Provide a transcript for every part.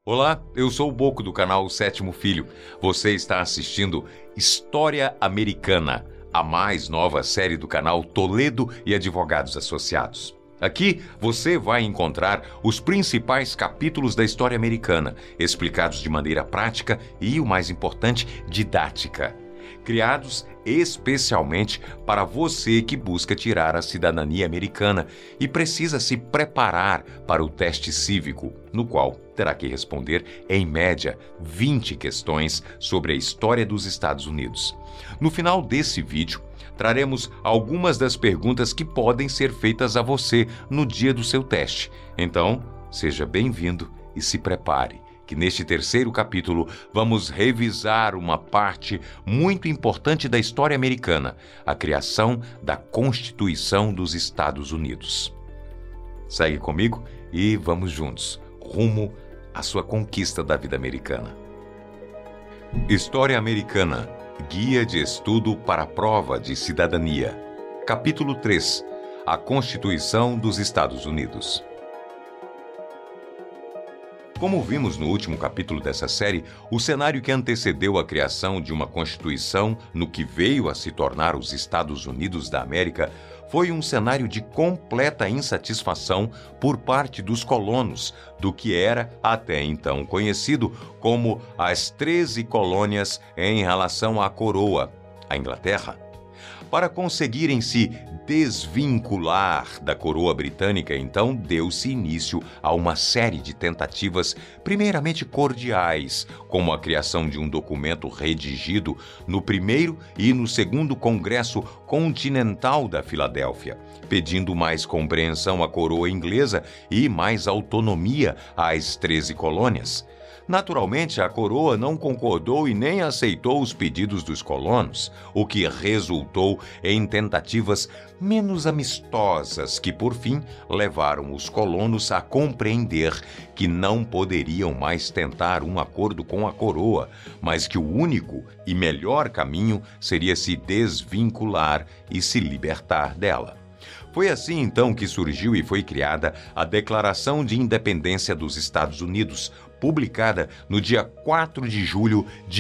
Olá, eu sou o Boco do canal Sétimo Filho. Você está assistindo História Americana, a mais nova série do canal Toledo e Advogados Associados. Aqui você vai encontrar os principais capítulos da história americana, explicados de maneira prática e, o mais importante, didática. Criados especialmente para você que busca tirar a cidadania americana e precisa se preparar para o teste cívico, no qual terá que responder, em média, 20 questões sobre a história dos Estados Unidos. No final desse vídeo, traremos algumas das perguntas que podem ser feitas a você no dia do seu teste. Então, seja bem-vindo e se prepare, que neste terceiro capítulo vamos revisar uma parte muito importante da história americana, a criação da Constituição dos Estados Unidos. Segue comigo e vamos juntos, rumo à sua conquista da vida americana. História Americana, Guia de Estudo para a Prova de Cidadania. Capítulo 3. A Constituição dos Estados Unidos. Como vimos no último capítulo dessa série, o cenário que antecedeu a criação de uma Constituição no que veio a se tornar os Estados Unidos da América foi um cenário de completa insatisfação por parte dos colonos do que era até então conhecido como as 13 colônias em relação à coroa, a Inglaterra. Para conseguirem se desvincular da coroa britânica, então deu-se início a uma série de tentativas, primeiramente cordiais, como a criação de um documento redigido no primeiro e no segundo Congresso Continental da Filadélfia, pedindo mais compreensão à coroa inglesa e mais autonomia às 13 colônias. Naturalmente, a coroa não concordou e nem aceitou os pedidos dos colonos, o que resultou em tentativas menos amistosas que, por fim, levaram os colonos a compreender que não poderiam mais tentar um acordo com a coroa, mas que o único e melhor caminho seria se desvincular e se libertar dela. Foi assim, então, que surgiu e foi criada a Declaração de Independência dos Estados Unidos, publicada no dia 4 de julho de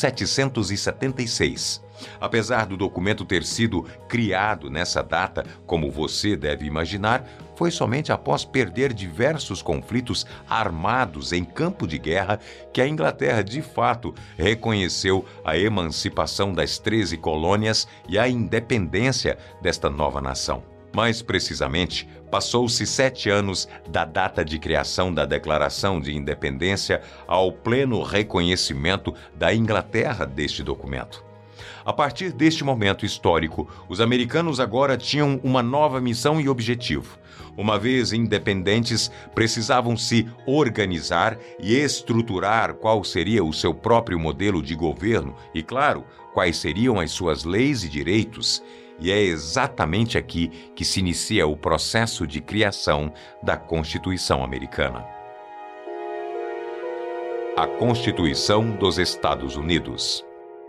1776. Apesar do documento ter sido criado nessa data, como você deve imaginar, foi somente após perder diversos conflitos armados em campo de guerra que a Inglaterra, de fato, reconheceu a emancipação das 13 colônias e a independência desta nova nação. Mais precisamente, passou-se 7 anos da data de criação da Declaração de Independência ao pleno reconhecimento da Inglaterra deste documento. A partir deste momento histórico, os americanos agora tinham uma nova missão e objetivo. Uma vez independentes, precisavam se organizar e estruturar qual seria o seu próprio modelo de governo e, claro, quais seriam as suas leis e direitos. E é exatamente aqui que se inicia o processo de criação da Constituição Americana. A Constituição dos Estados Unidos.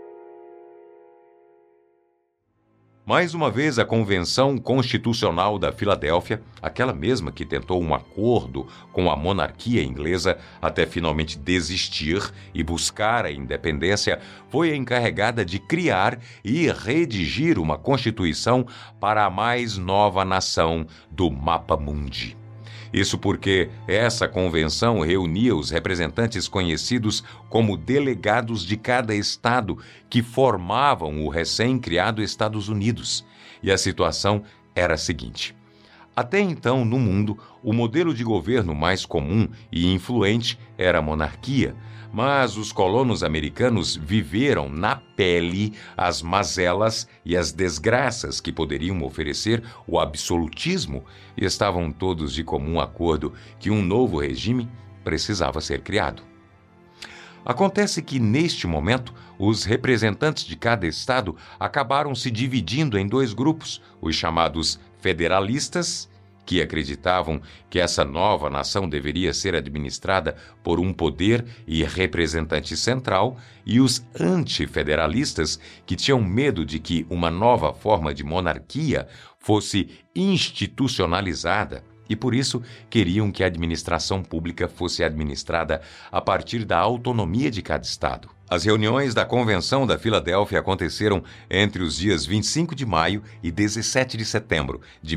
Mais uma vez, a Convenção Constitucional da Filadélfia, aquela mesma que tentou um acordo com a monarquia inglesa até finalmente desistir e buscar a independência, foi encarregada de criar e redigir uma Constituição para a mais nova nação do Mapa Mundi. Isso porque essa convenção reunia os representantes conhecidos como delegados de cada estado que formavam o recém-criado Estados Unidos. E a situação era a seguinte: até então, no mundo, o modelo de governo mais comum e influente era a monarquia, mas os colonos americanos viveram na pele as mazelas e as desgraças que poderiam oferecer o absolutismo e estavam todos de comum acordo que um novo regime precisava ser criado. Acontece que, neste momento, os representantes de cada estado acabaram se dividindo em 2 grupos, os chamados federalistas, que acreditavam que essa nova nação deveria ser administrada por um poder e representante central, e os antifederalistas, que tinham medo de que uma nova forma de monarquia fosse institucionalizada e por isso queriam que a administração pública fosse administrada a partir da autonomia de cada estado. As reuniões da Convenção da Filadélfia aconteceram entre os dias 25 de maio e 17 de setembro de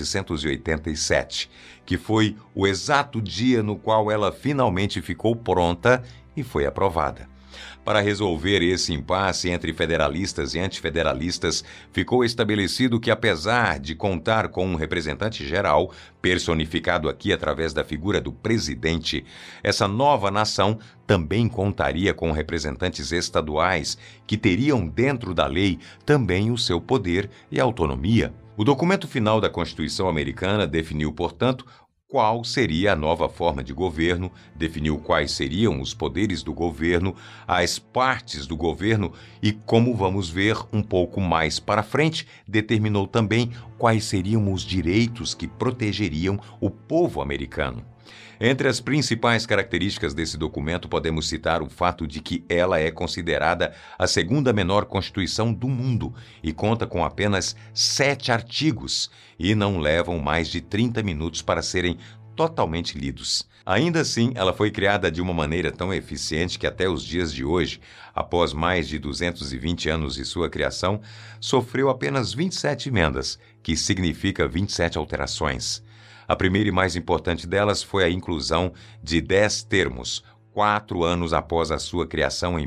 1787, que foi o exato dia no qual ela finalmente ficou pronta e foi aprovada. Para resolver esse impasse entre federalistas e antifederalistas, ficou estabelecido que, apesar de contar com um representante geral, personificado aqui através da figura do presidente, essa nova nação também contaria com representantes estaduais que teriam dentro da lei também o seu poder e autonomia. O documento final da Constituição Americana definiu, portanto, qual seria a nova forma de governo, definiu quais seriam os poderes do governo, as partes do governo e, como vamos ver um pouco mais para frente, determinou também quais seriam os direitos que protegeriam o povo americano. Entre as principais características desse documento, podemos citar o fato de que ela é considerada a segunda menor Constituição do mundo e conta com apenas 7 artigos e não levam mais de 30 minutos para serem totalmente lidos. Ainda assim, ela foi criada de uma maneira tão eficiente que até os dias de hoje, após mais de 220 anos de sua criação, sofreu apenas 27 emendas, que significa 27 alterações. A primeira e mais importante delas foi a inclusão de 10 termos, 4 anos após a sua criação em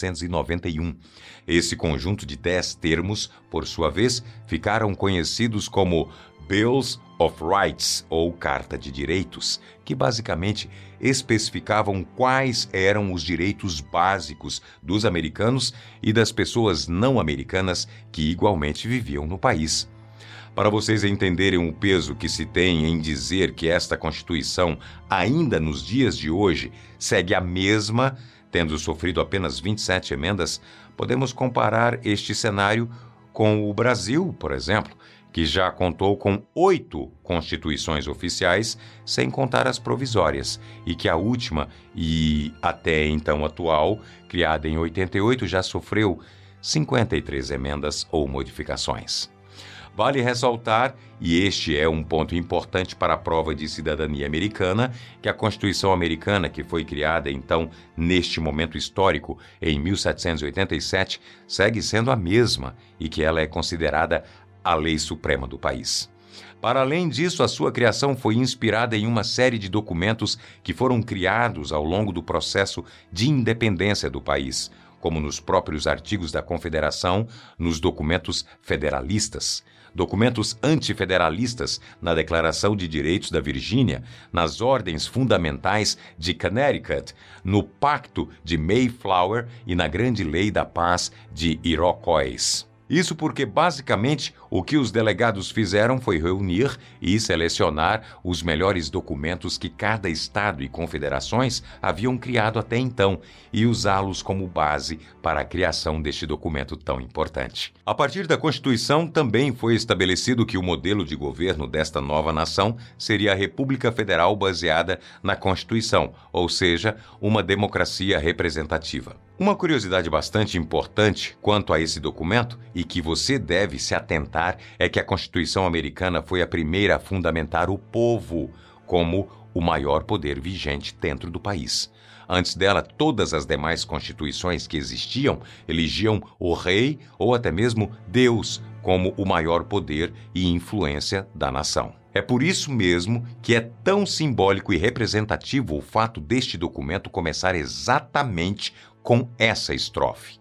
1791. Esse conjunto de 10 termos, por sua vez, ficaram conhecidos como Bills of Rights, ou Carta de Direitos, que basicamente especificavam quais eram os direitos básicos dos americanos e das pessoas não americanas que igualmente viviam no país. Para vocês entenderem o peso que se tem em dizer que esta Constituição, ainda nos dias de hoje, segue a mesma, tendo sofrido apenas 27 emendas, podemos comparar este cenário com o Brasil, por exemplo, que já contou com 8 constituições oficiais, sem contar as provisórias, e que a última, e até então atual, criada em 88, já sofreu 53 emendas ou modificações. Vale ressaltar, e este é um ponto importante para a prova de cidadania americana, que a Constituição Americana, que foi criada, então, neste momento histórico, em 1787, segue sendo a mesma e que ela é considerada a lei suprema do país. Para além disso, a sua criação foi inspirada em uma série de documentos que foram criados ao longo do processo de independência do país, como nos próprios artigos da Confederação, nos documentos federalistas, documentos antifederalistas na Declaração de Direitos da Virgínia, nas Ordens Fundamentais de Connecticut, no Pacto de Mayflower e na Grande Lei da Paz de Iroquois. Isso porque, basicamente, o que os delegados fizeram foi reunir e selecionar os melhores documentos que cada estado e confederações haviam criado até então e usá-los como base para a criação deste documento tão importante. A partir da Constituição, também foi estabelecido que o modelo de governo desta nova nação seria a República Federal baseada na Constituição, ou seja, uma democracia representativa. Uma curiosidade bastante importante quanto a esse documento e que você deve se atentar é que a Constituição Americana foi a primeira a fundamentar o povo como o maior poder vigente dentro do país. Antes dela, todas as demais constituições que existiam elegiam o rei ou até mesmo Deus como o maior poder e influência da nação. É por isso mesmo que é tão simbólico e representativo o fato deste documento começar exatamente com essa estrofe.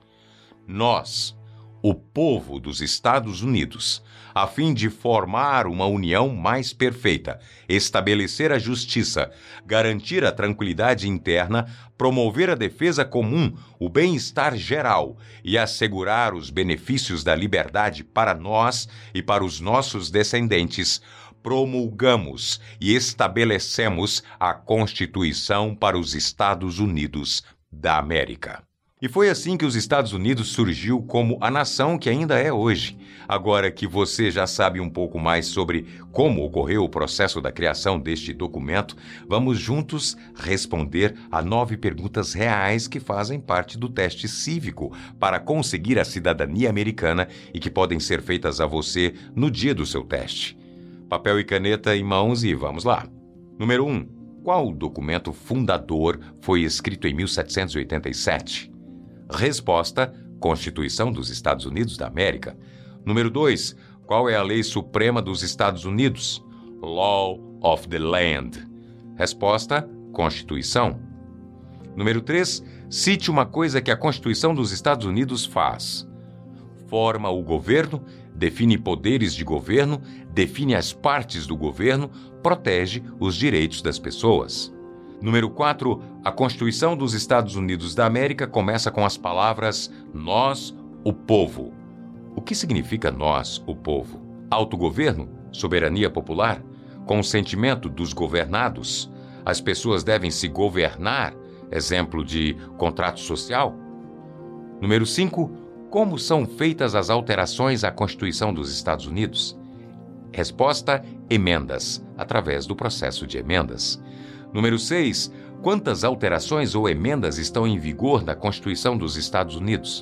Nós, o povo dos Estados Unidos, a fim de formar uma união mais perfeita, estabelecer a justiça, garantir a tranquilidade interna, promover a defesa comum, o bem-estar geral e assegurar os benefícios da liberdade para nós e para os nossos descendentes, promulgamos e estabelecemos a Constituição para os Estados Unidos da América. E foi assim que os Estados Unidos surgiu como a nação que ainda é hoje. Agora que você já sabe um pouco mais sobre como ocorreu o processo da criação deste documento, vamos juntos responder a 9 perguntas reais que fazem parte do teste cívico para conseguir a cidadania americana e que podem ser feitas a você no dia do seu teste. Papel e caneta em mãos e vamos lá. Número 1. Qual documento fundador foi escrito em 1787? Resposta: Constituição dos Estados Unidos da América. Número 2. Qual é a lei suprema dos Estados Unidos? Law of the Land. Resposta: Constituição. Número 3. Cite uma coisa que a Constituição dos Estados Unidos faz. Forma o governo, define poderes de governo, define as partes do governo, protege os direitos das pessoas. Número 4. A Constituição dos Estados Unidos da América começa com as palavras nós, o povo. O que significa nós, o povo? Autogoverno? Soberania popular? Consentimento dos governados? As pessoas devem se governar? Exemplo de contrato social? Número 5. Como são feitas as alterações à Constituição dos Estados Unidos? Resposta: emendas, através do processo de emendas. Número 6. Quantas alterações ou emendas estão em vigor na Constituição dos Estados Unidos?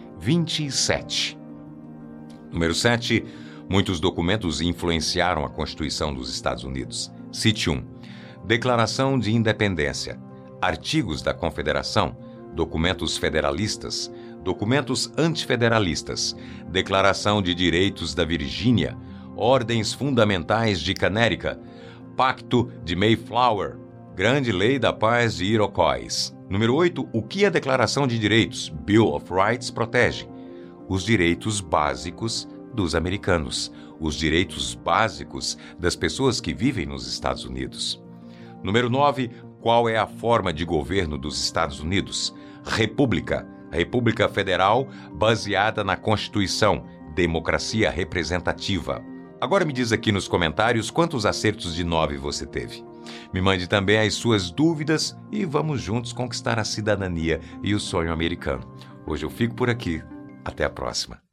27. Número 7. Muitos documentos influenciaram a Constituição dos Estados Unidos. Cite 1. Declaração de Independência. Artigos da Confederação. Documentos federalistas. Documentos antifederalistas. Declaração de Direitos da Virgínia. Ordens Fundamentais de Canérica. Pacto de Mayflower. Grande Lei da Paz de Iroquois. Número 8. O que a Declaração de Direitos, Bill of Rights, protege? Os direitos básicos dos americanos. Os direitos básicos das pessoas que vivem nos Estados Unidos. Número 9. Qual é a forma de governo dos Estados Unidos? República. República Federal baseada na Constituição. Democracia representativa. Agora me diz aqui nos comentários quantos acertos de 9 você teve. Me mande também as suas dúvidas e vamos juntos conquistar a cidadania e o sonho americano. Hoje eu fico por aqui. Até a próxima.